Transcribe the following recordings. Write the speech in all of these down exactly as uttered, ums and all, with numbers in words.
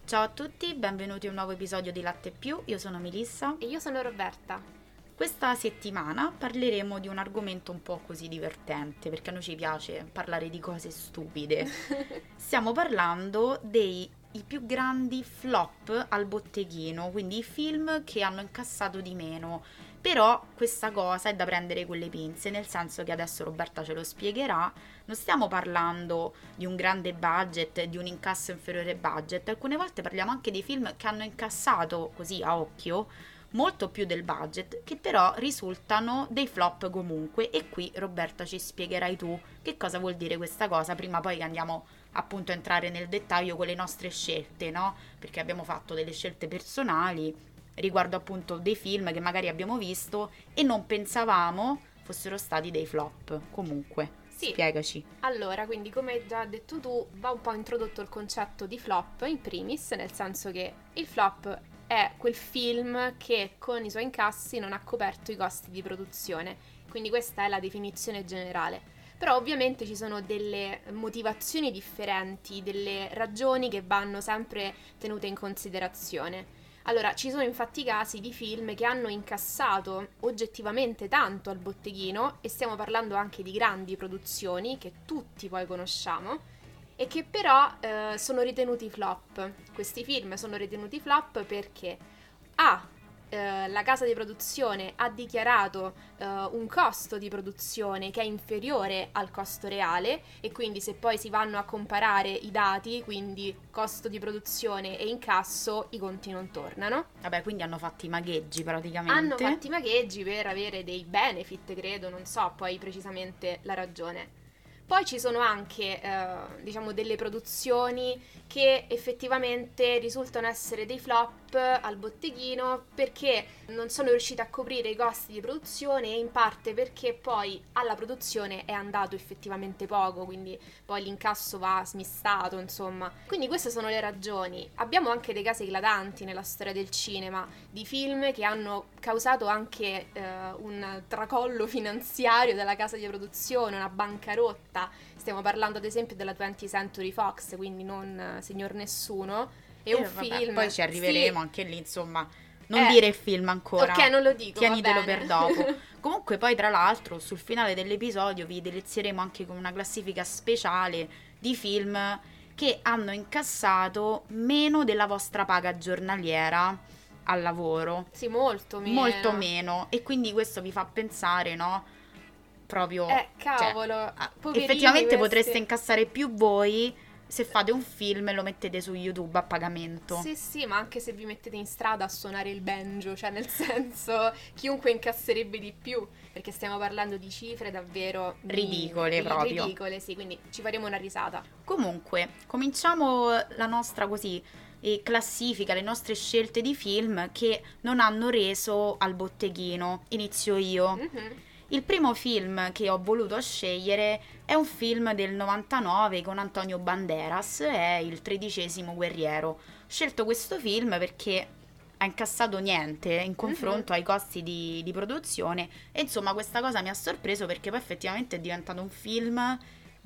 Ciao a tutti, benvenuti a un nuovo episodio di Latte Più, io sono Melissa e io sono Roberta. Questa settimana parleremo di un argomento un po' così divertente, perché a noi ci piace parlare di cose stupide. Stiamo parlando dei i più grandi flop al botteghino, quindi i film che hanno incassato di meno. Però questa cosa è da prendere con le pinze, nel senso che adesso Roberta ce lo spiegherà. Non stiamo parlando di un grande budget, di un incasso inferiore budget. Alcune volte parliamo anche di film che hanno incassato, così a occhio, molto più del budget, che però risultano dei flop comunque. E qui Roberta ci spiegherai tu che cosa vuol dire questa cosa, prima poi che andiamo appunto a entrare nel dettaglio con le nostre scelte, no? Perché abbiamo fatto delle scelte personali riguardo appunto dei film che magari abbiamo visto e non pensavamo fossero stati dei flop. Comunque, sì. Spiegaci. Allora, quindi come hai già detto tu, va un po' introdotto il concetto di flop in primis, nel senso che il flop è quel film che con i suoi incassi non ha coperto i costi di produzione, quindi questa è la definizione generale. Però ovviamente ci sono delle motivazioni differenti, delle ragioni che vanno sempre tenute in considerazione. Allora, ci sono infatti casi di film che hanno incassato oggettivamente tanto al botteghino, e stiamo parlando anche di grandi produzioni che tutti poi conosciamo, e che però eh, sono ritenuti flop. Questi film sono ritenuti flop perché A. Eh, la casa di produzione ha dichiarato eh, un costo di produzione che è inferiore al costo reale, e quindi se poi si vanno a comparare i dati, quindi costo di produzione e incasso, i conti non tornano. Vabbè, quindi hanno fatto i magheggi praticamente. Hanno fatto i magheggi per avere dei benefit, credo, non so poi precisamente la ragione. Poi ci sono anche, eh, diciamo, delle produzioni che effettivamente risultano essere dei flop al botteghino perché non sono riuscite a coprire i costi di produzione, e in parte perché poi alla produzione è andato effettivamente poco, quindi poi l'incasso va smistato, insomma. Quindi queste sono le ragioni. Abbiamo anche dei casi eclatanti nella storia del cinema, di film che hanno causato anche eh, un tracollo finanziario della casa di produzione, una bancarotta. Stiamo parlando ad esempio della twentieth Century Fox, quindi non uh, Signor Nessuno. È un eh, vabbè, film. Poi ci arriveremo, sì. Anche lì, insomma. Non eh, dire il film ancora. Ok, non lo dico. Tienitelo va bene. per dopo. Comunque, poi, tra l'altro, sul finale dell'episodio vi delizieremo anche con una classifica speciale di film che hanno incassato meno della vostra paga giornaliera al lavoro. Sì, molto meno. Molto meno. E quindi questo vi fa pensare, no? Proprio, Eh, cavolo, cioè, effettivamente questi. potreste incassare più voi se fate un film e lo mettete su YouTube a pagamento. Sì, sì, ma anche se vi mettete in strada a suonare il banjo, cioè nel senso, chiunque incasserebbe di più, perché stiamo parlando di cifre davvero ridicole, mi, proprio. Ridicole, sì, quindi ci faremo una risata. Comunque, cominciamo la nostra così eh, classifica, le nostre scelte di film che non hanno reso al botteghino. Inizio io. Mm-hmm. Il primo film che ho voluto scegliere è un film del novantanove con Antonio Banderas, è Il tredicesimo guerriero. Ho scelto questo film perché ha incassato niente in confronto mm-hmm. ai costi di, di produzione, e insomma questa cosa mi ha sorpreso perché poi effettivamente è diventato un film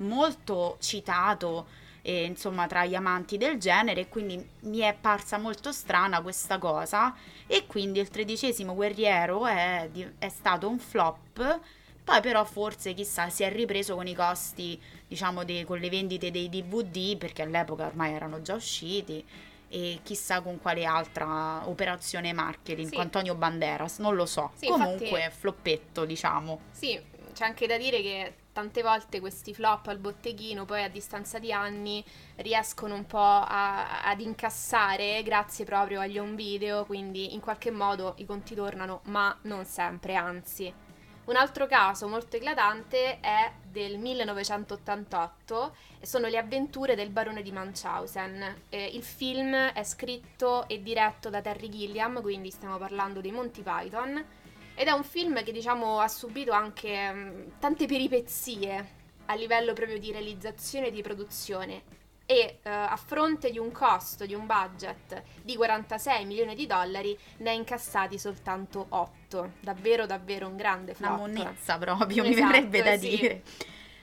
molto citato, e insomma tra gli amanti del genere, e quindi mi è parsa molto strana questa cosa, e quindi Il tredicesimo guerriero è, è stato un flop. Poi però forse chissà si è ripreso con i costi, diciamo, de, con le vendite dei D V D, perché all'epoca ormai erano già usciti, e chissà con quale altra operazione marketing, sì. con Antonio Banderas, non lo so. Sì, comunque infatti, floppetto, diciamo. Sì, c'è anche da dire che tante volte questi flop al botteghino poi a distanza di anni riescono un po' a, ad incassare grazie proprio agli home video, quindi in qualche modo i conti tornano, ma non sempre, anzi. Un altro caso molto eclatante è del millenovecentottantotto, e sono Le avventure del barone di Munchausen. Eh, il film è scritto e diretto da Terry Gilliam, quindi stiamo parlando dei Monty Python, ed è un film che, diciamo, ha subito anche mh, tante peripezie a livello proprio di realizzazione e di produzione, e uh, a fronte di un costo, di un budget di quarantasei milioni di dollari, ne ha incassati soltanto otto. Davvero davvero un grande flop. Una monnezza proprio, esatto, mi verrebbe da sì. dire.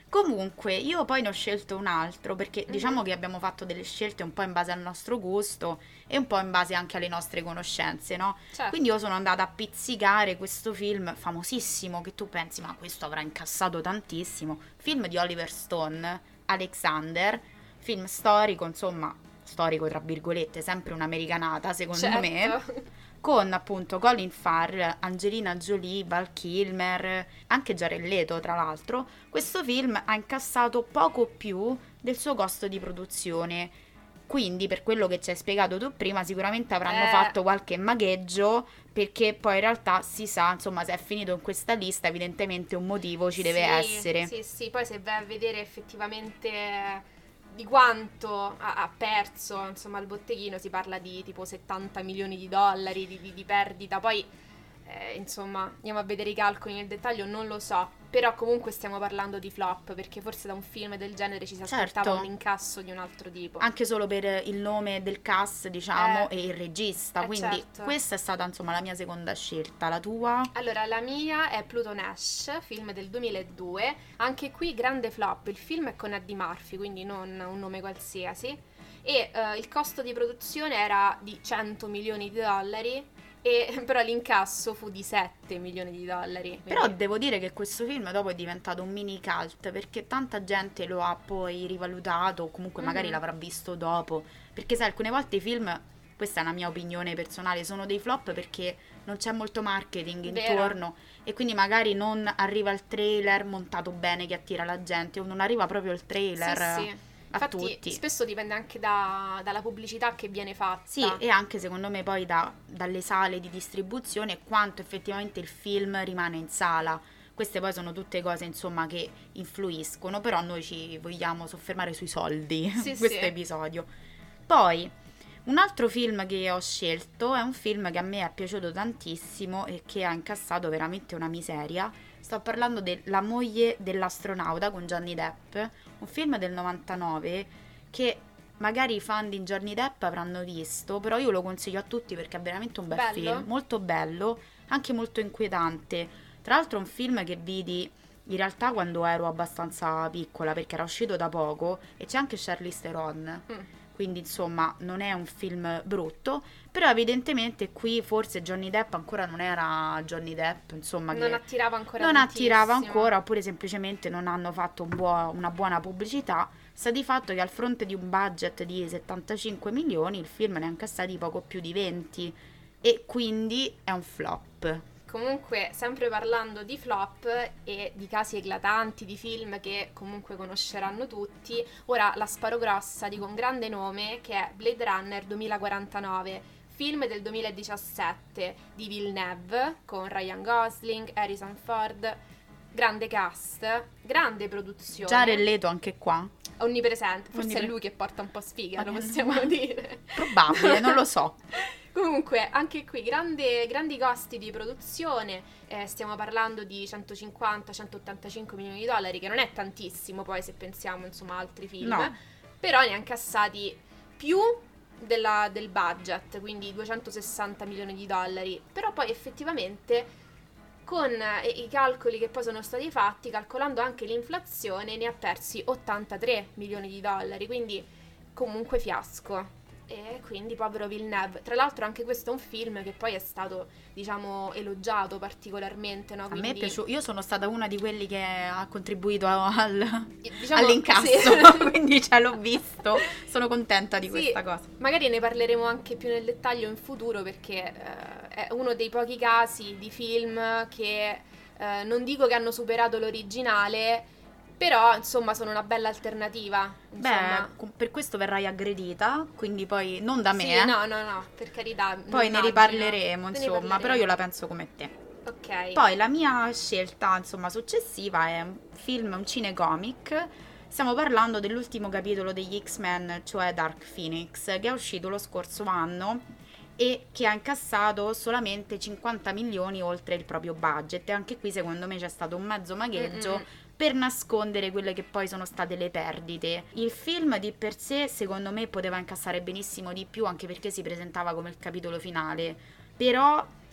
Comunque, io poi ne ho scelto un altro perché Mhm. diciamo che abbiamo fatto delle scelte un po' in base al nostro gusto e un po' in base anche alle nostre conoscenze, no? Quindi Certo. io sono andata a pizzicare questo film famosissimo che tu pensi, ma questo avrà incassato tantissimo. Film di Oliver Stone, Alexander, film storico, insomma, storico tra virgolette, sempre un'americanata secondo me, Certo. con appunto Colin Farrell, Angelina Jolie, Val Kilmer, anche Jared Leto tra l'altro. Questo film ha incassato poco più del suo costo di produzione. Quindi, per quello che ci hai spiegato tu prima, sicuramente avranno Eh, fatto qualche magheggio, perché poi in realtà si sa, insomma, se è finito in questa lista, evidentemente un motivo ci deve sì, essere. sì, sì, poi se vai a vedere effettivamente di quanto ha, ha perso, insomma, il botteghino, si parla di tipo settanta milioni di dollari di, di- di perdita, poi eh, insomma, andiamo a vedere i calcoli nel dettaglio, non lo so, però comunque stiamo parlando di flop, perché forse da un film del genere ci si aspettava un Certo, incasso di un altro tipo. anche solo per il nome del cast, Eh, diciamo, e il regista. eh Quindi certo. questa è stata, insomma, la mia seconda scelta. La tua? Allora, la mia è Pluto Nash, film del duemiladue. Anche qui grande flop. Il film è con Eddie Murphy, quindi non un nome qualsiasi. E eh, il costo di produzione era di cento milioni di dollari, e, però l'incasso fu di sette milioni di dollari. Però Quindi, devo dire che questo film dopo è diventato un mini cult perché tanta gente lo ha poi rivalutato o comunque magari mhm, l'avrà visto dopo. Perché sai, alcune volte i film, questa è una mia opinione personale, sono dei flop perché non c'è molto marketing vero. intorno e quindi magari non arriva il trailer montato bene che attira la gente o non arriva proprio il Sì, trailer sì. a Infatti, tutti. spesso dipende anche da- dalla pubblicità che viene Sì, fatta. e anche secondo me poi da- dalle sale di distribuzione e quanto effettivamente il film rimane in sala. Queste poi sono tutte cose, insomma, che influiscono, però noi ci vogliamo soffermare sui soldi Sì, in sì. questo episodio. Poi, un altro film che ho scelto è un film che a me è piaciuto tantissimo e che ha incassato veramente una miseria. Sto parlando della moglie dell'astronauta con Johnny Depp, un film del novantanove che magari i fan di Johnny Depp avranno visto, però io lo consiglio a tutti perché è veramente un bel film, Bello? molto bello, anche molto inquietante. Tra l'altro è un film che vidi in realtà quando ero abbastanza piccola perché era uscito da poco e c'è anche Charlize Theron. Mm. Quindi insomma non è un film brutto, però evidentemente qui forse Johnny Depp ancora non era Johnny Depp, insomma Non che attirava ancora non attirava tantissimo. ancora oppure semplicemente non hanno fatto un buo- una buona pubblicità. Sta di fatto che al fronte di un budget di settantacinque milioni il film ne ha incassati poco più di venti e quindi è un flop. Comunque, sempre parlando di flop e di casi eclatanti di film che comunque conosceranno tutti, ora la sparo grossa, dico un grande nome, che è Blade Runner duemilaquarantanove, film del duemiladiciassette di Villeneuve con Ryan Gosling, Harrison Ford, grande cast, grande produzione, Jared Leto anche qua? onnipresente, forse Onnipre- è lui che porta un po' sfiga, lo Ma- possiamo dire. Probabile, non lo so. Comunque, anche qui grande- grandi costi di produzione, eh, stiamo parlando di centocinquanta centottantacinque milioni di dollari, che non è tantissimo poi se pensiamo insomma a altri film, No. però ne ha incassati più della- del budget, quindi duecentosessanta milioni di dollari, però poi effettivamente con eh, i calcoli che poi sono stati fatti, calcolando anche l'inflazione, ne ha persi ottantatré milioni di dollari, quindi comunque fiasco. E quindi povero Villeneuve. Tra l'altro anche questo è un film che poi è stato, diciamo, elogiato particolarmente, no? A me è Quindi, piaciuto, io sono stata una di quelli che ha contribuito al- diciamo, all'incasso, sì. quindi ce l'ho visto, sono contenta di Sì, questa cosa. magari ne parleremo anche più nel dettaglio in futuro perché eh, è uno dei pochi casi di film che eh, non dico che hanno superato l'originale, però insomma sono una bella alternativa. Insomma. Beh, com- per questo verrai aggredita, quindi poi non da me, Sì, eh. no, no, no, per carità. Poi ne immagino. riparleremo, Ne insomma, però riparleremo. io la penso come te. Ok. Poi la mia scelta, insomma, successiva è un film, un cinecomic. Stiamo parlando dell'ultimo capitolo degli X-Men, cioè Dark Phoenix, che è uscito lo scorso anno e che ha incassato solamente cinquanta milioni oltre il proprio budget. E anche qui secondo me c'è stato un mezzo magheggio Mm-mm. per nascondere quelle che poi sono state le perdite. Il film di per sé secondo me poteva incassare benissimo di più anche perché si presentava come il capitolo finale, però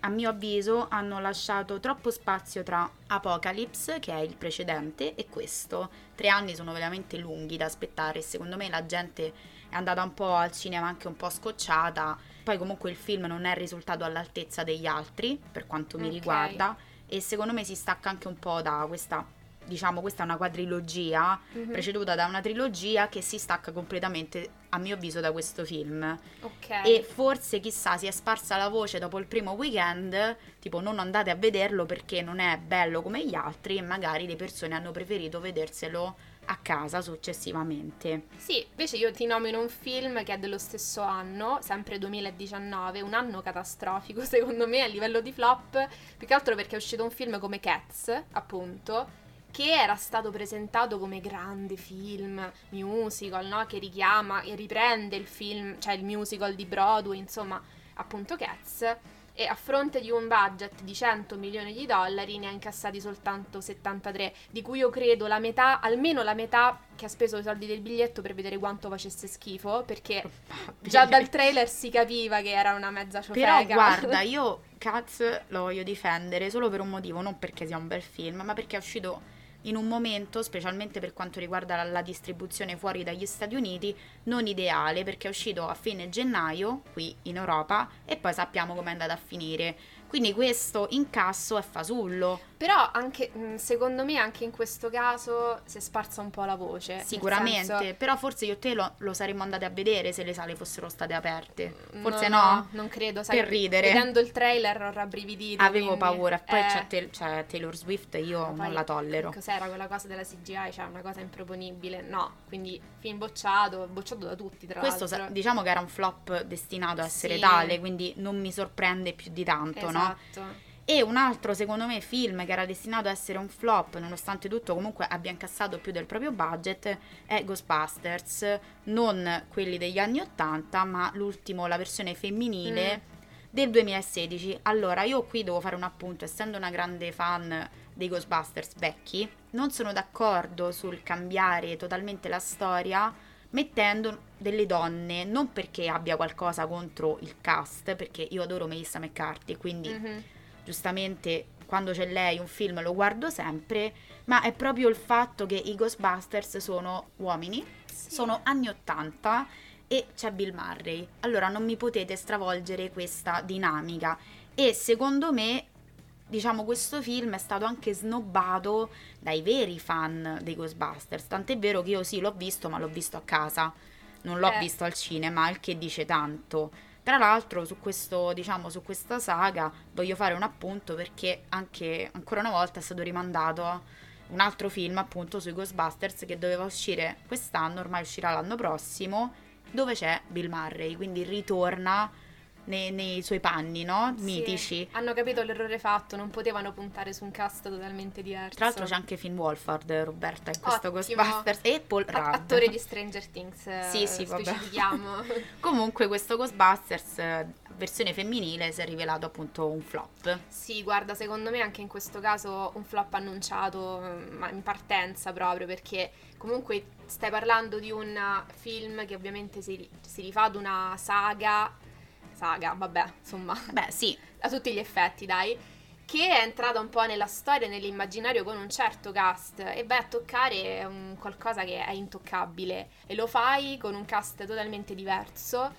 a mio avviso hanno lasciato troppo spazio tra Apocalypse, che è il precedente, e questo. Tre anni sono veramente lunghi da aspettare e secondo me la gente è andata un po' al cinema anche un po' scocciata. Poi comunque il film non è risultato all'altezza degli altri, per quanto mi Ok. riguarda, e secondo me si stacca anche un po' da questa, diciamo, questa è una quadrilogia Mhm. preceduta da una trilogia che si stacca completamente, a mio avviso, da questo film. Ok. E forse, chissà, si è sparsa la voce dopo il primo weekend, tipo non andate a vederlo perché non è bello come gli altri, e magari le persone hanno preferito vederselo a casa successivamente. Sì, invece io ti nomino un film che è dello stesso anno, sempre duemiladiciannove, un anno catastrofico secondo me a livello di flop, più che altro perché è uscito un film come Cats, appunto, che era stato presentato come grande film, musical, no? Che richiama e riprende il film, cioè il musical di Broadway, insomma, appunto Cats, e a fronte di un budget di cento milioni di dollari ne ha incassati soltanto settantatré, di cui io credo la metà, almeno la metà, che ha speso i soldi del biglietto per vedere quanto facesse schifo, perché già dal trailer si capiva che era una mezza ciofeca. Però guarda, io Cats lo voglio difendere solo per un motivo, non perché sia un bel film, ma perché è uscito in un momento, specialmente per quanto riguarda la, la distribuzione fuori dagli Stati Uniti, non ideale, perché è uscito a fine gennaio qui in Europa e poi sappiamo com'è andata a finire. Quindi questo incasso è fasullo. Però anche, mh, secondo me anche in questo caso si è sparsa un po' la voce. nel Sicuramente, senso- però forse io e te lo, lo saremmo andate a vedere se le sale fossero state aperte. Forse no, no? non credo, sai, Per ridere. vedendo il trailer ho rabbrividito. Avevo quindi- paura. Poi eh, c'è, Taylor- c'è Taylor Swift e io poi non la tollero. Cos'era quella cosa della C G I? Cioè una cosa improponibile. No, quindi film bocciato, bocciato da tutti tra Questo l'altro. sa- diciamo che era un flop destinato a essere Sì. tale, quindi non mi sorprende più di tanto, no? Esatto. E un altro, secondo me, film che era destinato a essere un flop, nonostante tutto comunque abbia incassato più del proprio budget, è Ghostbusters, non quelli degli anni ottanta, ma l'ultimo, la versione femminile del duemilasedici. Allora, io qui devo fare un appunto, essendo una grande fan dei Ghostbusters vecchi, non sono d'accordo sul cambiare totalmente la storia mettendo delle donne, non perché abbia qualcosa contro il cast, perché io adoro Melissa McCarthy, quindi Mhm. giustamente quando c'è lei un film lo guardo sempre, ma è proprio il fatto che i Ghostbusters sono uomini, Sì. sono anni ottanta e c'è Bill Murray. Allora non mi potete stravolgere questa dinamica e secondo me, diciamo, questo film è stato anche snobbato dai veri fan dei Ghostbusters, tant'è vero che io sì l'ho visto, ma l'ho visto a casa, non l'ho Eh. visto al cinema, il che dice tanto. Tra l'altro su questo, diciamo, su questa saga voglio fare un appunto perché anche ancora una volta è stato rimandato a un altro film appunto sui Ghostbusters che doveva uscire quest'anno, ormai uscirà l'anno prossimo, dove c'è Bill Murray, quindi ritorna nei, nei suoi panni, no? Sì. Mitici. Hanno capito l'errore fatto, non potevano puntare su un cast totalmente diverso. Tra l'altro c'è anche Finn Wolfhard, Roberta, in questo Ottimo. Ghostbusters e Paul A- Rudd. attore di Stranger Things, eh, Sì, sì, vabbè. specifichiamo. Comunque questo Ghostbusters eh, versione femminile si è rivelato appunto un flop. Sì, guarda, secondo me anche in questo caso un flop annunciato, mm, ma in partenza proprio, perché comunque stai parlando di un film che ovviamente si, ri- si rifà ad una saga, saga, vabbè, insomma, Beh, sì, a tutti gli effetti, dai, che è entrata un po' nella storia e nell'immaginario con un certo cast e vai a toccare un qualcosa che è intoccabile e lo fai con un cast totalmente diverso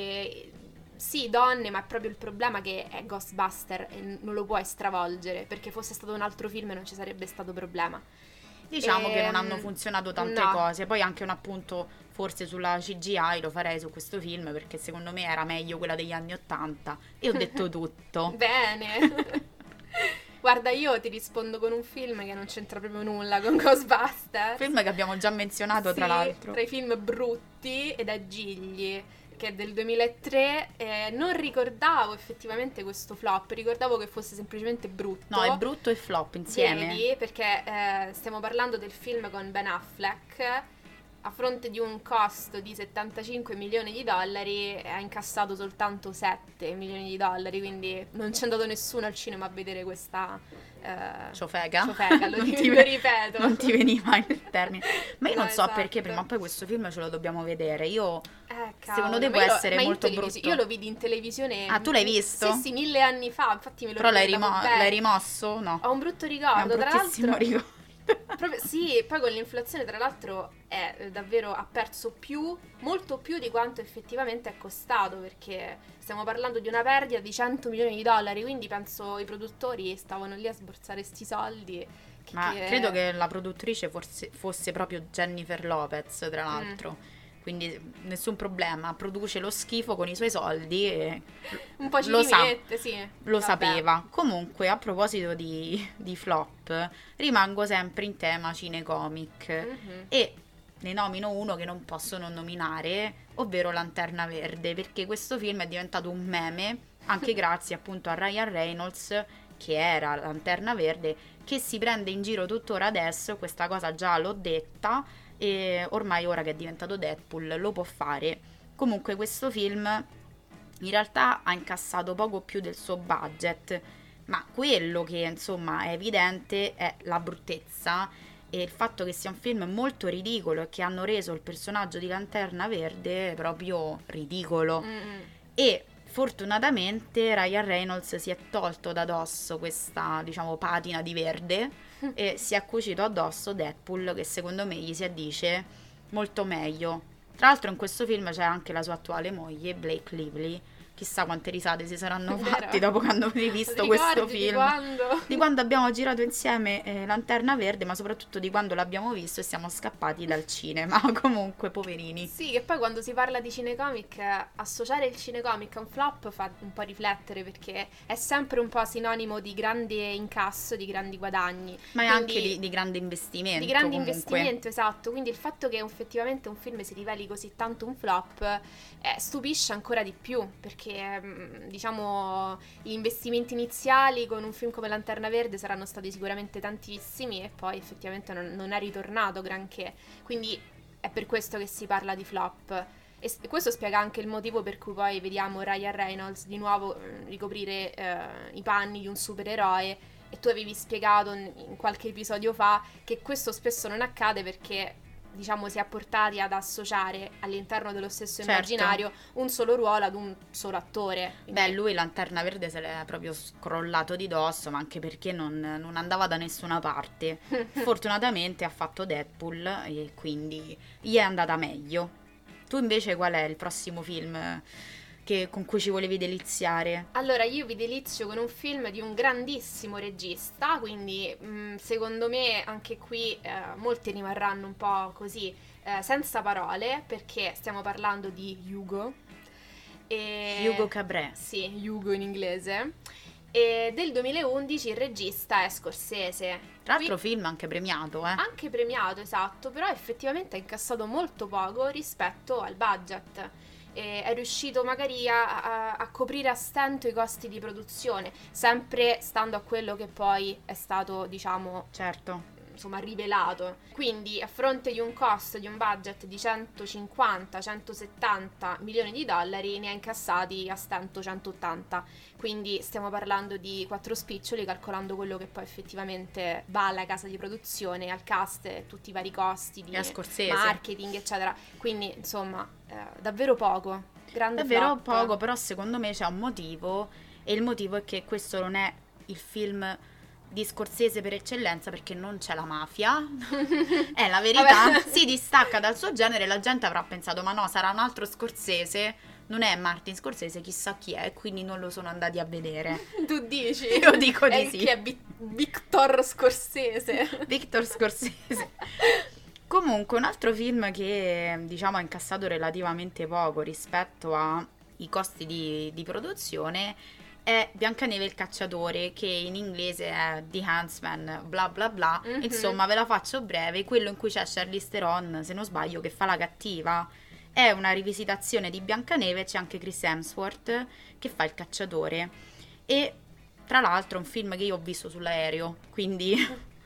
e sì, donne, ma è proprio il problema che è Ghostbuster e non lo puoi stravolgere, perché fosse stato un altro film non ci sarebbe stato problema. diciamo che non Ehm, hanno funzionato tante no. cose. Poi anche un appunto forse sulla C G I lo farei su questo film perché secondo me era meglio quella degli anni ottanta e ho detto tutto. Bene. Guarda, io ti rispondo con un film che non c'entra proprio nulla con Ghostbusters. Film che abbiamo già menzionato tra Sì, l'altro. tra i film brutti ed è Gigli, che è del duemilatré. Eh, non ricordavo effettivamente questo flop, ricordavo che fosse semplicemente brutto. No, è brutto e flop insieme. Vedi, perché eh, stiamo parlando del film con Ben Affleck, a fronte di un costo di settantacinque milioni di dollari ha incassato soltanto sette milioni di dollari, quindi non c'è andato nessuno al cinema a vedere questa eh, ciofega, ciofega, lo, non di- ti lo ve- ripeto. non ti veniva il termine, ma io No, non so esatto. perché prima o poi questo film ce lo dobbiamo vedere. Io Eh, secondo cavolo, te ma può io lo- essere ma in molto televisi- brutto. Io lo vidi in televisione. Ah, tu l'hai visto? Sì, sì, mille anni fa, infatti me lo Però l'hai, ricordavo rimo- bene. l'hai rimosso? No, Ho un brutto è un ricordo, tra bruttissimo l'altro. ricordo. Proprio, sì, poi con l'inflazione tra l'altro è eh, davvero ha perso più, molto più di quanto effettivamente è costato, perché stiamo parlando di una perdita di cento milioni di dollari, quindi penso i produttori stavano lì a sborsare sti soldi. Che, Ma che- credo che la produttrice forse fosse proprio Jennifer Lopez, tra l'altro. Quindi nessun problema, produce lo schifo con i suoi soldi e un po' ci lo sa. mette, sì. Lo Vabbè. sapeva. Comunque, a proposito di, di flop, rimango sempre in tema cinecomic Mhm. e ne nomino uno che non posso non nominare, ovvero Lanterna Verde, perché questo film è diventato un meme anche grazie appunto a Ryan Reynolds, che era Lanterna Verde, che si prende in giro tuttora adesso. Questa cosa già l'ho detta e ormai ora che è diventato Deadpool lo può fare. Comunque questo film in realtà ha incassato poco più del suo budget, ma quello che insomma è evidente è la bruttezza e il fatto che sia un film molto ridicolo e che hanno reso il personaggio di Lanterna Verde proprio ridicolo. Mm-mm. E fortunatamente Ryan Reynolds si è tolto da dosso questa, diciamo, patina di verde e si è cucito addosso Deadpool, che secondo me gli si addice molto meglio. Tra l'altro in questo film c'è anche la sua attuale moglie, Blake Lively. Chissà quante risate si saranno Vero? fatti dopo che hanno rivisto Ricordi questo di film. quando? Di quando abbiamo girato insieme eh, Lanterna Verde, ma soprattutto di quando l'abbiamo visto e siamo scappati dal cinema. Comunque, poverini. Sì, che poi quando si parla di cinecomic, eh, associare il cinecomic a un flop fa un po' riflettere, perché è sempre un po' sinonimo di grande incasso, di grandi guadagni. Ma è Quindi- anche di, di grande investimento. Di grande comunque. investimento, esatto. Quindi il fatto che effettivamente un film si riveli così tanto un flop eh, stupisce ancora di più, perché mm, diciamo gli investimenti iniziali con un film come Lanterna Verde saranno stati sicuramente tantissimi e poi effettivamente non, non è ritornato granché. Quindi è per questo che si parla di flop. E s- e questo spiega anche il motivo per cui poi vediamo Ryan Reynolds di nuovo eh, ricoprire eh, i panni di un supereroe. E tu avevi spiegato in in qualche episodio fa che questo spesso non accade perché, diciamo, si è portati ad associare all'interno dello stesso Certo. immaginario un solo ruolo ad un solo attore. Quindi- Beh, lui Lanterna Verde se l'è proprio scrollato di dosso, ma anche perché non, non andava da nessuna parte. Fortunatamente ha fatto Deadpool e quindi gli è andata meglio. Tu invece qual è il prossimo film che- con cui ci volevi deliziare? Allora, io vi delizio con un film di un grandissimo regista, quindi mh, secondo me anche qui eh, molti rimarranno un po' così, eh, senza parole, perché stiamo parlando di Hugo. E... Hugo Cabret. Sì, Hugo in inglese. E del duemilaundici il regista è Scorsese. Tra l'altro film anche premiato, eh. Anche premiato, esatto, però effettivamente ha incassato molto poco rispetto al budget. E è riuscito magari a, a- a coprire a stento i costi di produzione, sempre stando a quello che poi è stato, diciamo, Certo. insomma, rivelato. Quindi a fronte di un costo, di un budget di centocinquanta centosettanta milioni di dollari, ne ha incassati a stento centottanta. Quindi stiamo parlando di quattro spiccioli, calcolando quello che poi effettivamente va alla casa di produzione, al cast, e tutti i vari costi di E a Scorsese. marketing, eccetera. Quindi, insomma, eh, davvero poco. Grande Davvero flop. poco, però secondo me c'è un motivo e il motivo è che questo non è il film di Scorsese per eccellenza, perché non c'è la mafia. È la verità. Vabbè. Si distacca dal suo genere, la gente avrà pensato ma no, sarà un altro Scorsese, non è Martin Scorsese, chissà chi è, quindi non lo sono andati a vedere. Tu dici? Io dico di È sì. Che è Vi- Victor Scorsese. Victor Scorsese. Comunque un altro film che diciamo ha incassato relativamente poco rispetto ai costi di, di produzione è Biancaneve il cacciatore, che in inglese è The Huntsman, bla bla bla. Mhm. Insomma, ve la faccio breve, quello in cui c'è Charlize Theron, se non sbaglio, che fa la cattiva. È una rivisitazione di Biancaneve, c'è anche Chris Hemsworth che fa il cacciatore. E tra l'altro è un film che io ho visto sull'aereo, quindi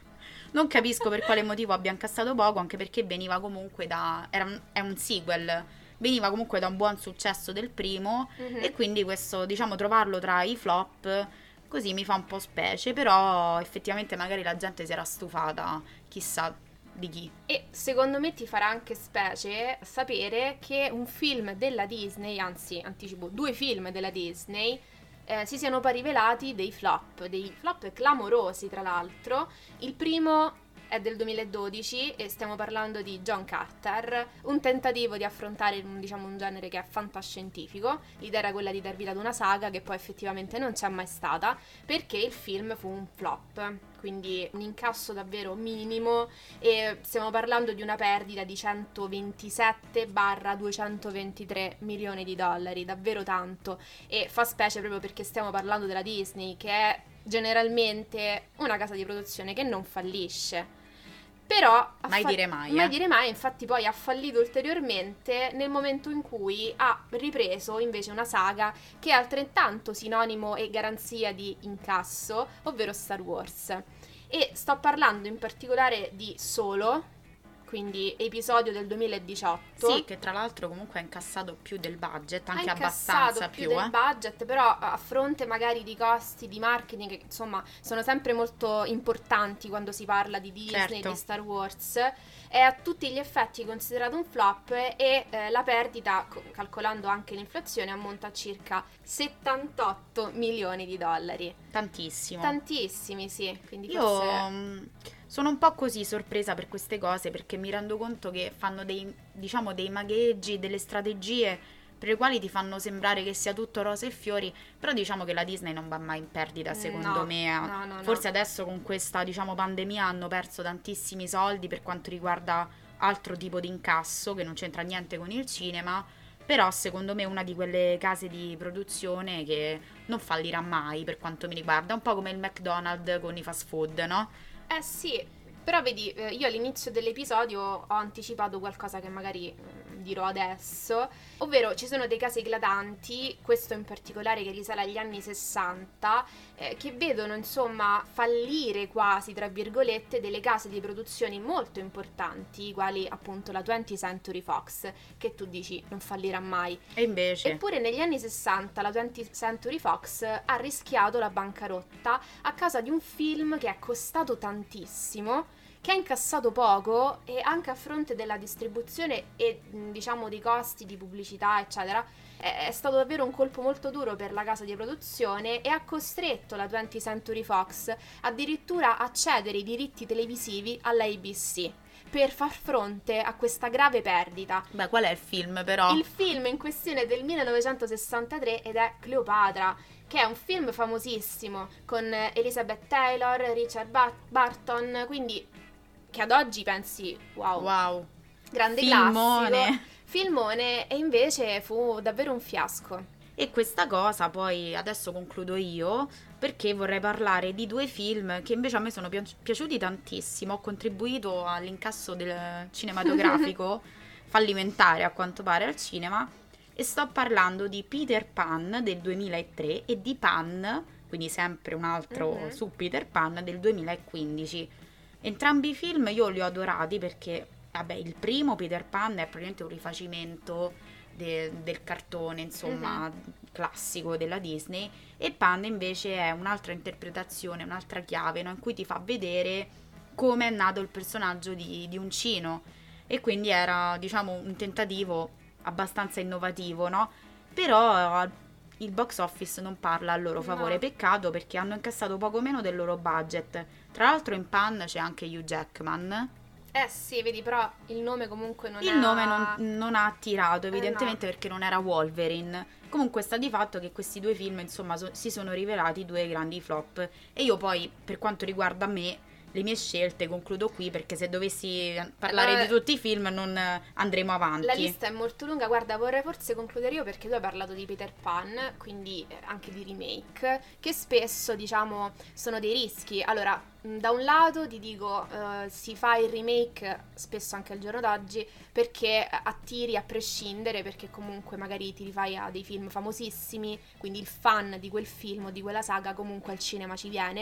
Non capisco per quale motivo abbia incassato poco, anche perché veniva comunque da... Era un, è un sequel, veniva comunque da un buon successo del primo, Mhm. e quindi questo, diciamo, trovarlo tra i flop, così mi fa un po' specie, però effettivamente magari la gente si era stufata, chissà di chi. E secondo me ti farà anche specie sapere che un film della Disney, anzi, anticipo, due film della Disney, eh, si siano poi rivelati dei flop, dei flop clamorosi tra l'altro. Il primo è del duemiladodici e stiamo parlando di John Carter, un tentativo di affrontare un, diciamo, un genere che è fantascientifico. L'idea era quella di dar vita ad una saga che poi effettivamente non c'è mai stata, perché il film fu un flop, quindi un incasso davvero minimo, e stiamo parlando di una perdita di centoventisette duecentoventitré milioni di dollari, davvero tanto, e fa specie proprio perché stiamo parlando della Disney, che è generalmente una casa di produzione che non fallisce. Però ha Mai fa- dire mai, mai eh. dire mai, infatti poi ha fallito ulteriormente nel momento in cui ha ripreso invece una saga che è altrettanto sinonimo e garanzia di incasso, ovvero Star Wars. E sto parlando in particolare di Solo, quindi episodio del duemiladiciotto. Sì, che tra l'altro comunque ha incassato più del budget, anche Ha incassato abbastanza più più, del eh. budget, però a fronte magari di costi di marketing che insomma sono sempre molto importanti quando si parla di Disney, Certo. di Star Wars, è a tutti gli effetti considerato un flop, e eh, la perdita, co- calcolando anche l'inflazione, ammonta a circa settantotto milioni di dollari. Tantissimo. Tantissimi, sì, quindi Io forse... mh, sono un po' così sorpresa per queste cose, perché mi rendo conto che fanno dei, diciamo, dei magheggi, delle strategie per le quali ti fanno sembrare che sia tutto rose e fiori, però diciamo che la Disney non va mai in perdita, secondo No, me. no, no, no. Forse adesso con questa, diciamo, pandemia hanno perso tantissimi soldi per quanto riguarda altro tipo di incasso che non c'entra niente con il cinema, però secondo me è una di quelle case di produzione che non fallirà mai per quanto mi riguarda, un po' come il McDonald's con i fast food, no? Eh sì, però vedi, eh, io all'inizio dell'episodio ho anticipato qualcosa che magari mm, dirò adesso, ovvero ci sono dei casi eclatanti, questo in particolare che risale agli anni sessanta, eh, che vedono insomma fallire quasi, tra virgolette, delle case di produzioni molto importanti, quali appunto la twentieth Century Fox, che tu dici non fallirà mai. E invece... Eppure negli anni sessanta la twentieth Century Fox ha rischiato la bancarotta a causa di un film che è costato tantissimo, che ha incassato poco, e anche a fronte della distribuzione e mh, diciamo dei costi di pubblicità eccetera è, è stato davvero un colpo molto duro per la casa di produzione, e ha costretto la twentieth Century Fox addirittura a cedere i diritti televisivi alla A B C per far fronte a questa grave perdita. Beh, qual è il film però? Il film in questione è del millenovecentosessantatré ed è Cleopatra, che è un film famosissimo con Elizabeth Taylor, Richard Ba- Barton, quindi che ad oggi pensi wow, Wow. grande Filmone. classico, filmone, e invece fu davvero un fiasco. E questa cosa poi adesso concludo io, perché vorrei parlare di due film che invece a me sono pi- piaciuti tantissimo. Ho contribuito all'incasso del cinematografico fallimentare a quanto pare al cinema, e sto parlando di Peter Pan del duemilatré e di Pan, quindi sempre un altro Mhm. su Peter Pan del duemilaquindici. Entrambi i film io li ho adorati perché, vabbè, il primo Peter Pan è praticamente un rifacimento de- del cartone, insomma, classico della Disney, e Pan invece è un'altra interpretazione, un'altra chiave, no? In cui ti fa vedere come è nato il personaggio di, di Uncino, e quindi era, diciamo, un tentativo abbastanza innovativo, no? Però eh, il box office non parla a loro favore, No. peccato, perché hanno incassato poco meno del loro budget. Tra l'altro in Pan c'è anche Hugh Jackman. Eh sì, vedi, però il nome comunque non Il è... nome non, non ha attirato, Eh, evidentemente, no. perché non era Wolverine. Comunque sta di fatto che questi due film, insomma, so- si sono rivelati due grandi flop. E io poi, per quanto riguarda me, le mie scelte concludo qui, perché se dovessi parlare Allora, di tutti i film non eh, andremo avanti. la lista è molto lunga, guarda, vorrei forse concludere io perché tu hai parlato di Peter Pan, quindi eh, anche di remake, che spesso, diciamo, sono dei rischi. Allora, mh, da un lato ti dico, eh, si fa il remake spesso anche al giorno d'oggi perché attiri a prescindere, perché comunque magari ti rifai a dei film famosissimi, quindi il fan di quel film o di quella saga comunque al cinema ci viene.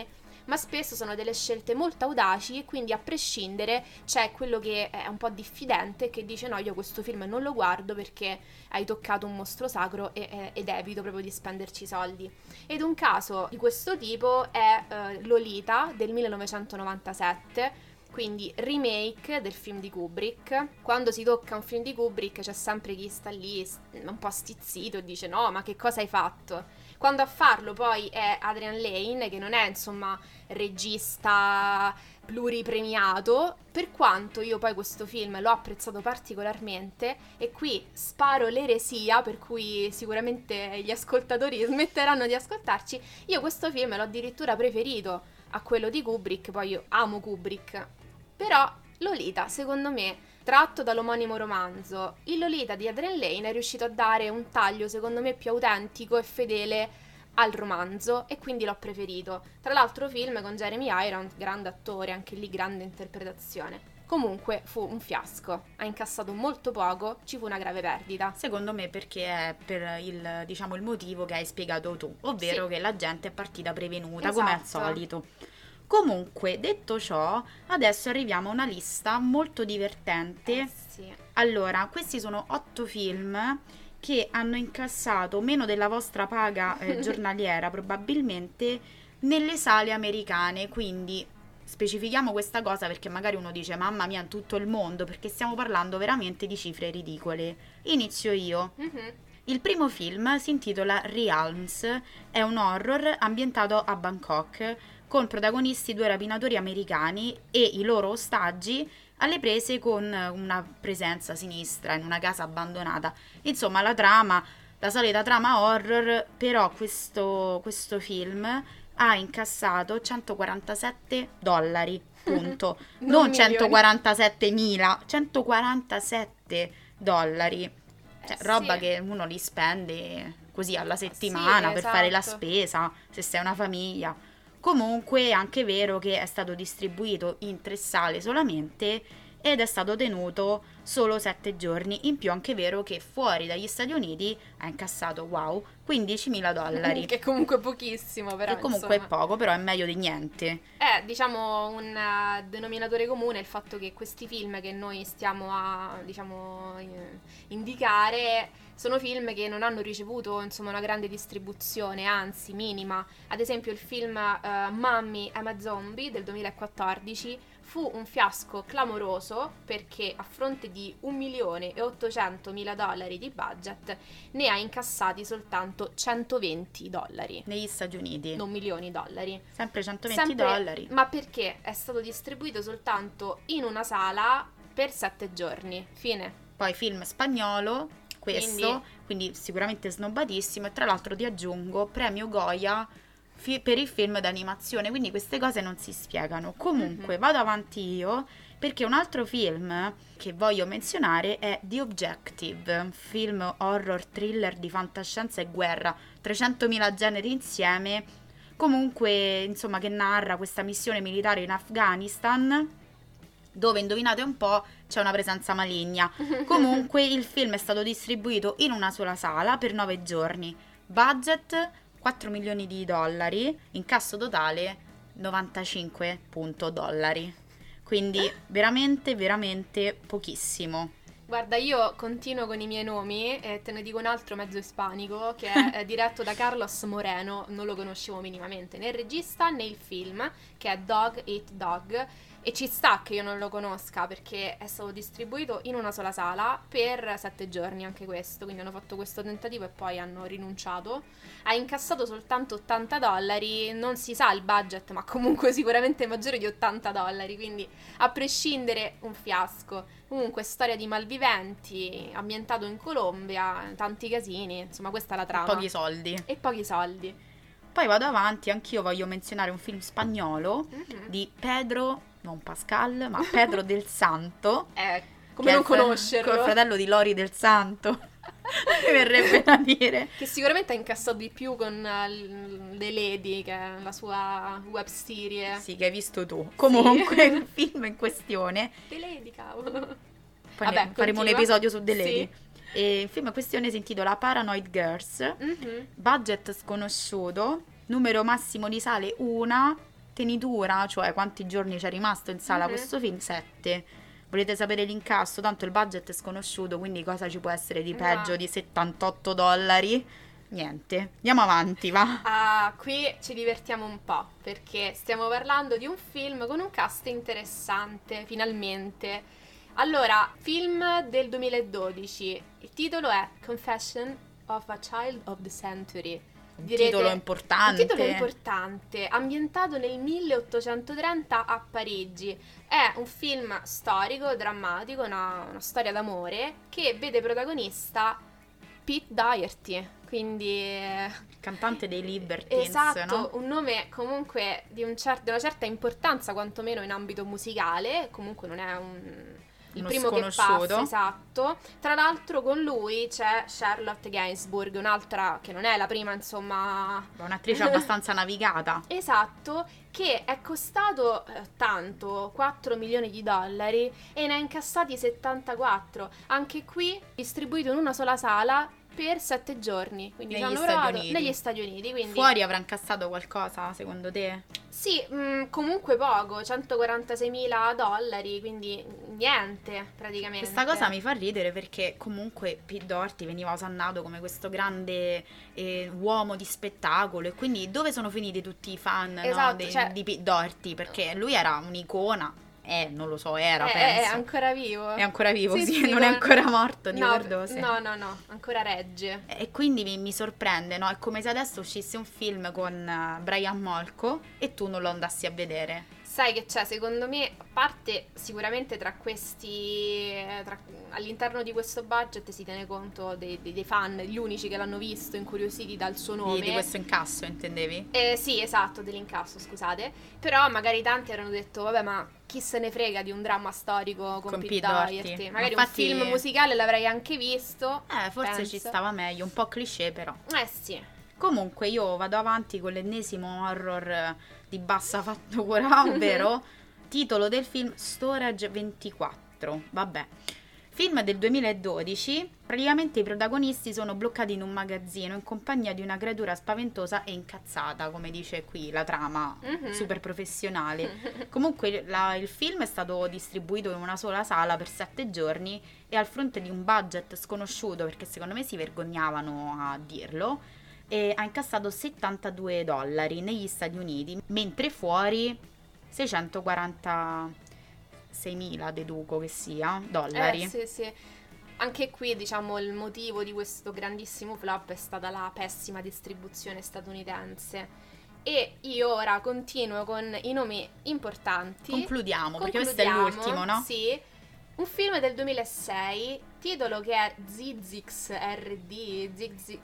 ma spesso sono delle scelte molto audaci e quindi a prescindere c'è quello che è un po' diffidente che dice no, io questo film non lo guardo perché hai toccato un mostro sacro e, e, ed evito proprio di spenderci soldi. Ed un caso di questo tipo è uh, Lolita del millenovecentonovantasette, quindi remake del film di Kubrick. Quando si tocca un film di Kubrick c'è sempre chi sta lì un po' stizzito e dice no, ma che cosa hai fatto? Quando a farlo poi è Adrian Lane, che non è insomma regista pluripremiato, per quanto io poi questo film l'ho apprezzato particolarmente, e qui sparo l'eresia per cui sicuramente gli ascoltatori smetteranno di ascoltarci, io questo film l'ho addirittura preferito a quello di Kubrick. Poi io amo Kubrick, però Lolita, secondo me, tratto dall'omonimo romanzo, il Lolita di Adrian Lane è riuscito a dare un taglio, secondo me, più autentico e fedele al romanzo, e quindi l'ho preferito. Tra l'altro film con Jeremy Irons, grande attore, anche lì grande interpretazione. Comunque fu un fiasco, ha incassato molto poco, ci fu una grave perdita. Secondo me perché è per il, diciamo, il motivo che hai spiegato tu, ovvero sì, che la gente è partita prevenuta, esatto, come al solito. Comunque, detto ciò, adesso arriviamo a una lista molto divertente. Eh sì. Allora, questi sono otto film che hanno incassato meno della vostra paga eh, giornaliera probabilmente nelle sale americane, quindi specifichiamo questa cosa perché magari uno dice mamma mia, in tutto il mondo, perché stiamo parlando veramente di cifre ridicole. Inizio io. Mm-hmm. Il primo film si intitola Realms, è un horror ambientato a Bangkok, con protagonisti due rapinatori americani e i loro ostaggi alle prese con una presenza sinistra in una casa abbandonata. Insomma, la trama, la solita trama horror, però questo, questo film ha incassato centoquarantasette dollari, punto. non non centoquarantasettemila, centoquarantasette dollari. Cioè, eh, roba sì, che uno li spende così alla settimana, sì, per esatto, fare la spesa, se sei una famiglia. Comunque è anche vero che è stato distribuito in tre sale solamente ed è stato tenuto solo sette giorni. In più anche vero che fuori dagli Stati Uniti ha incassato, wow, quindicimila dollari. Che comunque è pochissimo, però. Che comunque insomma è poco, però è meglio di niente. È, diciamo, un uh, denominatore comune il fatto che questi film che noi stiamo a, diciamo, indicare sono film che non hanno ricevuto, insomma, una grande distribuzione, anzi minima. Ad esempio il film uh, Mummy I'm a Zombie del duemilaquattordici fu un fiasco clamoroso perché a fronte di un milione e ottocentomila dollari di budget ne ha incassati soltanto centoventi dollari. Negli Stati Uniti. Non milioni di dollari. Sempre centoventi Sempre, dollari. Ma perché è stato distribuito soltanto in una sala per sette giorni. Fine. Poi film spagnolo, questo, quindi, quindi sicuramente snobbatissimo, e tra l'altro ti aggiungo premio Goya fi- per il film d'animazione, quindi queste cose non si spiegano. Comunque mm-hmm. vado avanti io, perché un altro film che voglio menzionare è The Objective, un film horror thriller di fantascienza e guerra, trecentomila generi insieme, comunque insomma, che narra questa missione militare in Afghanistan, dove, indovinate un po', c'è una presenza maligna. Comunque il film è stato distribuito in una sola sala per nove giorni. Budget quattro milioni di dollari, incasso totale novantacinque dollari. Quindi veramente, veramente pochissimo. Guarda, io continuo con i miei nomi e te ne dico un altro mezzo ispanico che è diretto da Carlos Moreno, non lo conoscevo minimamente, né il regista né il film, che è Dog Eat Dog. E ci sta che io non lo conosca perché è stato distribuito in una sola sala per sette giorni anche questo, quindi hanno fatto questo tentativo e poi hanno rinunciato. Ha incassato soltanto ottanta dollari, non si sa il budget, ma comunque sicuramente maggiore di ottanta dollari, quindi a prescindere un fiasco. Comunque storia di malviventi, ambientato in Colombia, tanti casini, insomma questa è la trama. E pochi soldi. E pochi soldi. Poi vado avanti, anch'io voglio menzionare un film spagnolo mm-hmm. di Pedro, non Pascal, ma Pedro del Santo. Eh, come non conoscerlo? Come il fratello di Lori del Santo, mi verrebbe da dire. Che sicuramente ha incassato di più con uh, The Lady, che è la sua web serie. Sì, che hai visto tu. Comunque, sì. Il film in questione... The Lady, cavolo. Poi Vabbè, ne faremo un episodio su The Lady. Sì. E il film in questione si intitola Paranoid Girls, mm-hmm. budget sconosciuto, numero massimo di sale una, tenitura, cioè quanti giorni c'è rimasto in sala Mhm. questo film? Sette. Volete sapere l'incasso? Tanto il budget è sconosciuto, quindi cosa ci può essere di peggio No. di settantotto dollari? Niente. Andiamo avanti, va. Ah, qui ci divertiamo un po' perché stiamo parlando di un film con un cast interessante, finalmente. Allora, film del duemiladodici. Il titolo è Confession of a Child of the Century. Un Direte- titolo importante. Un titolo importante, ambientato nel milleottocentotrenta a Parigi. È un film storico, drammatico, una, una storia d'amore che vede protagonista Pete Doherty, quindi eh, Il cantante dei Libertines, esatto, no? un nome comunque di, un cer- di una certa importanza, quantomeno in ambito musicale, comunque non è un il Uno primo che sconosciuto. passa, esatto. Tra l'altro con lui c'è Charlotte Gainsbourg, un'altra che non è la prima, insomma, Un'attrice abbastanza navigata. esatto, che è costato eh, tanto, quattro milioni di dollari, e ne ha incassati settantaquattro. Anche qui distribuito in una sola sala per sette giorni. Quindi ci Negli hanno Stati provato Uniti. negli Stati Uniti. Quindi Fuori avrà incassato qualcosa, secondo te? sì, mh, comunque poco, centoquarantaseimila dollari, quindi niente praticamente. Questa cosa mi fa ridere perché comunque Pete Doherty veniva osannato come questo grande eh, uomo di spettacolo, e quindi dove sono finiti tutti i fan, no, Esatto, dei- cioè- di Pete Doherty? Perché lui era un'icona, eh, non lo so, era, è, penso. è ancora vivo. È ancora vivo, Sì, sì, sì, non è ma- ancora morto di no, overdose. no, no, no, ancora regge. E quindi mi, mi sorprende, no? È come se adesso uscisse un film con eh, Brian Molko e tu non lo andassi a vedere. Sai che c'è, secondo me, a parte sicuramente tra questi, eh, tra- all'interno di questo budget si tiene conto dei, dei- dei fan, gli unici che l'hanno visto, incuriositi dal suo Di, nome. di questo incasso, intendevi? Eh, sì, esatto, dell'incasso, scusate. Però magari tanti erano detto, vabbè, ma chi se ne frega di un dramma storico con, Con Pete Pete Doherty? Doherty. Magari Infatti- un film musicale l'avrei anche visto. Eh, forse penso. ci stava meglio, un po' cliché però. Eh sì. Comunque io vado avanti con l'ennesimo horror eh, di bassa fattura, ovvero titolo del film Storage ventiquattro. Vabbè. Film del duemiladodici, praticamente i protagonisti sono bloccati in un magazzino in compagnia di una creatura spaventosa e incazzata, come dice qui la trama Mhm. super professionale. Comunque la- il film è stato distribuito in una sola sala per sette giorni e al fronte di un budget sconosciuto, perché secondo me si vergognavano a dirlo, e ha incassato settantadue dollari negli Stati Uniti, mentre fuori seicentoquarantaseimila, deduco che sia, dollari. Eh sì, sì. Anche qui, diciamo, il motivo di questo grandissimo flop è stata la pessima distribuzione statunitense. E io ora continuo con i nomi importanti. Concludiamo, perché questo è Concludiamo, l'ultimo, no? Sì. Un film del duemilasei, titolo che è Zizix R D, Zizix,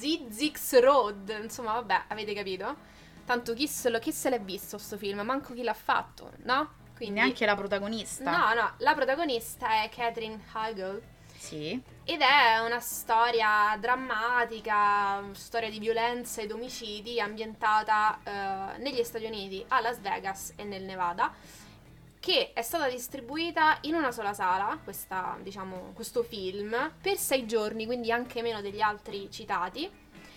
Zizix Road, insomma, vabbè, avete capito? Tanto chi se, lo, chi se l'è visto sto film? Manco chi l'ha fatto, no? Quindi Neanche la protagonista. no, no, la protagonista è Catherine Heigl Sì. ed è una storia drammatica, storia di violenza ed omicidi ambientata eh, negli Stati Uniti, a Las Vegas e nel Nevada, che è stata distribuita in una sola sala, questa, diciamo, questo film, per sei giorni, quindi anche meno degli altri citati,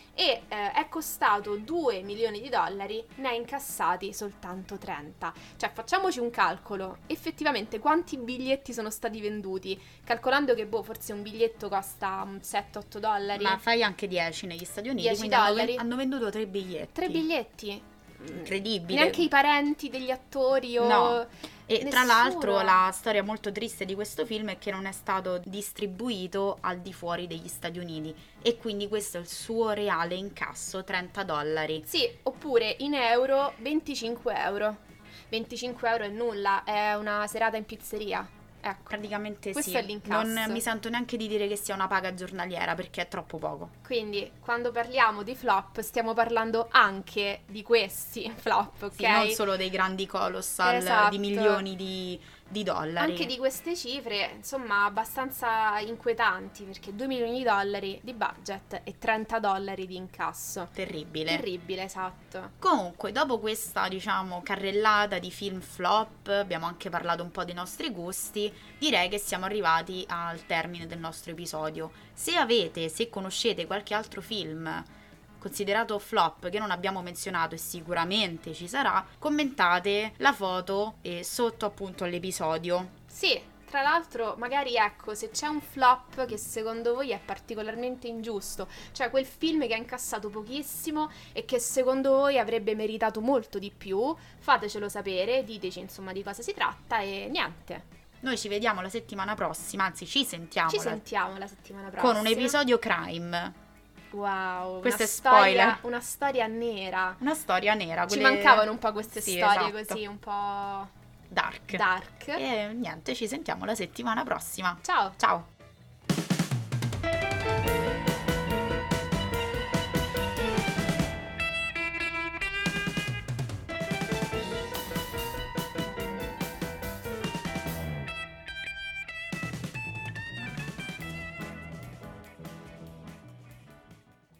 e eh, è costato due milioni di dollari, ne ha incassati soltanto trenta. Cioè, facciamoci un calcolo, effettivamente quanti biglietti sono stati venduti, calcolando che, boh, forse un biglietto costa un sette otto dollari. Ma fai anche dieci negli Stati Uniti, dieci quindi hanno, dollari. hanno venduto tre biglietti. Tre biglietti. Incredibile. Neanche i parenti degli attori o... No. E tra nessuno. l'altro la storia molto triste di questo film è che non è stato distribuito al di fuori degli Stati Uniti, e quindi questo è il suo reale incasso, trenta dollari. Sì, oppure in euro venticinque euro. venticinque euro è nulla, è una serata in pizzeria. Ecco. Praticamente Questo sì. è l'incasso. Non mi sento neanche di dire che sia una paga giornaliera, perché è troppo poco. Quindi quando parliamo di flop stiamo parlando anche di questi flop, ok? Sì, non solo dei grandi colossal Esatto. di milioni di, di dollari. Anche di queste cifre, insomma, abbastanza inquietanti, perché due milioni di dollari di budget e trenta dollari di incasso. Terribile. Terribile, esatto. Comunque, dopo questa, diciamo, carrellata di film flop, abbiamo anche parlato un po' dei nostri gusti, direi che siamo arrivati al termine del nostro episodio. Se avete, se conoscete qualche altro film considerato flop che non abbiamo menzionato e sicuramente ci sarà, commentate la foto e sotto appunto all'episodio. Sì, tra l'altro magari ecco, se c'è un flop che secondo voi è particolarmente ingiusto, cioè quel film che ha incassato pochissimo e che secondo voi avrebbe meritato molto di più, fatecelo sapere, diteci insomma di cosa si tratta e niente. Noi ci vediamo la settimana prossima, anzi ci sentiamo. Ci la... sentiamo la settimana prossima. Con un episodio crime. Wow, questo una è spoiler. Storia, una storia nera. Una storia nera. Ci quelle... mancavano un po' queste sì, storie esatto. così, un po' dark. dark. E niente, ci sentiamo la settimana prossima. Ciao. Ciao.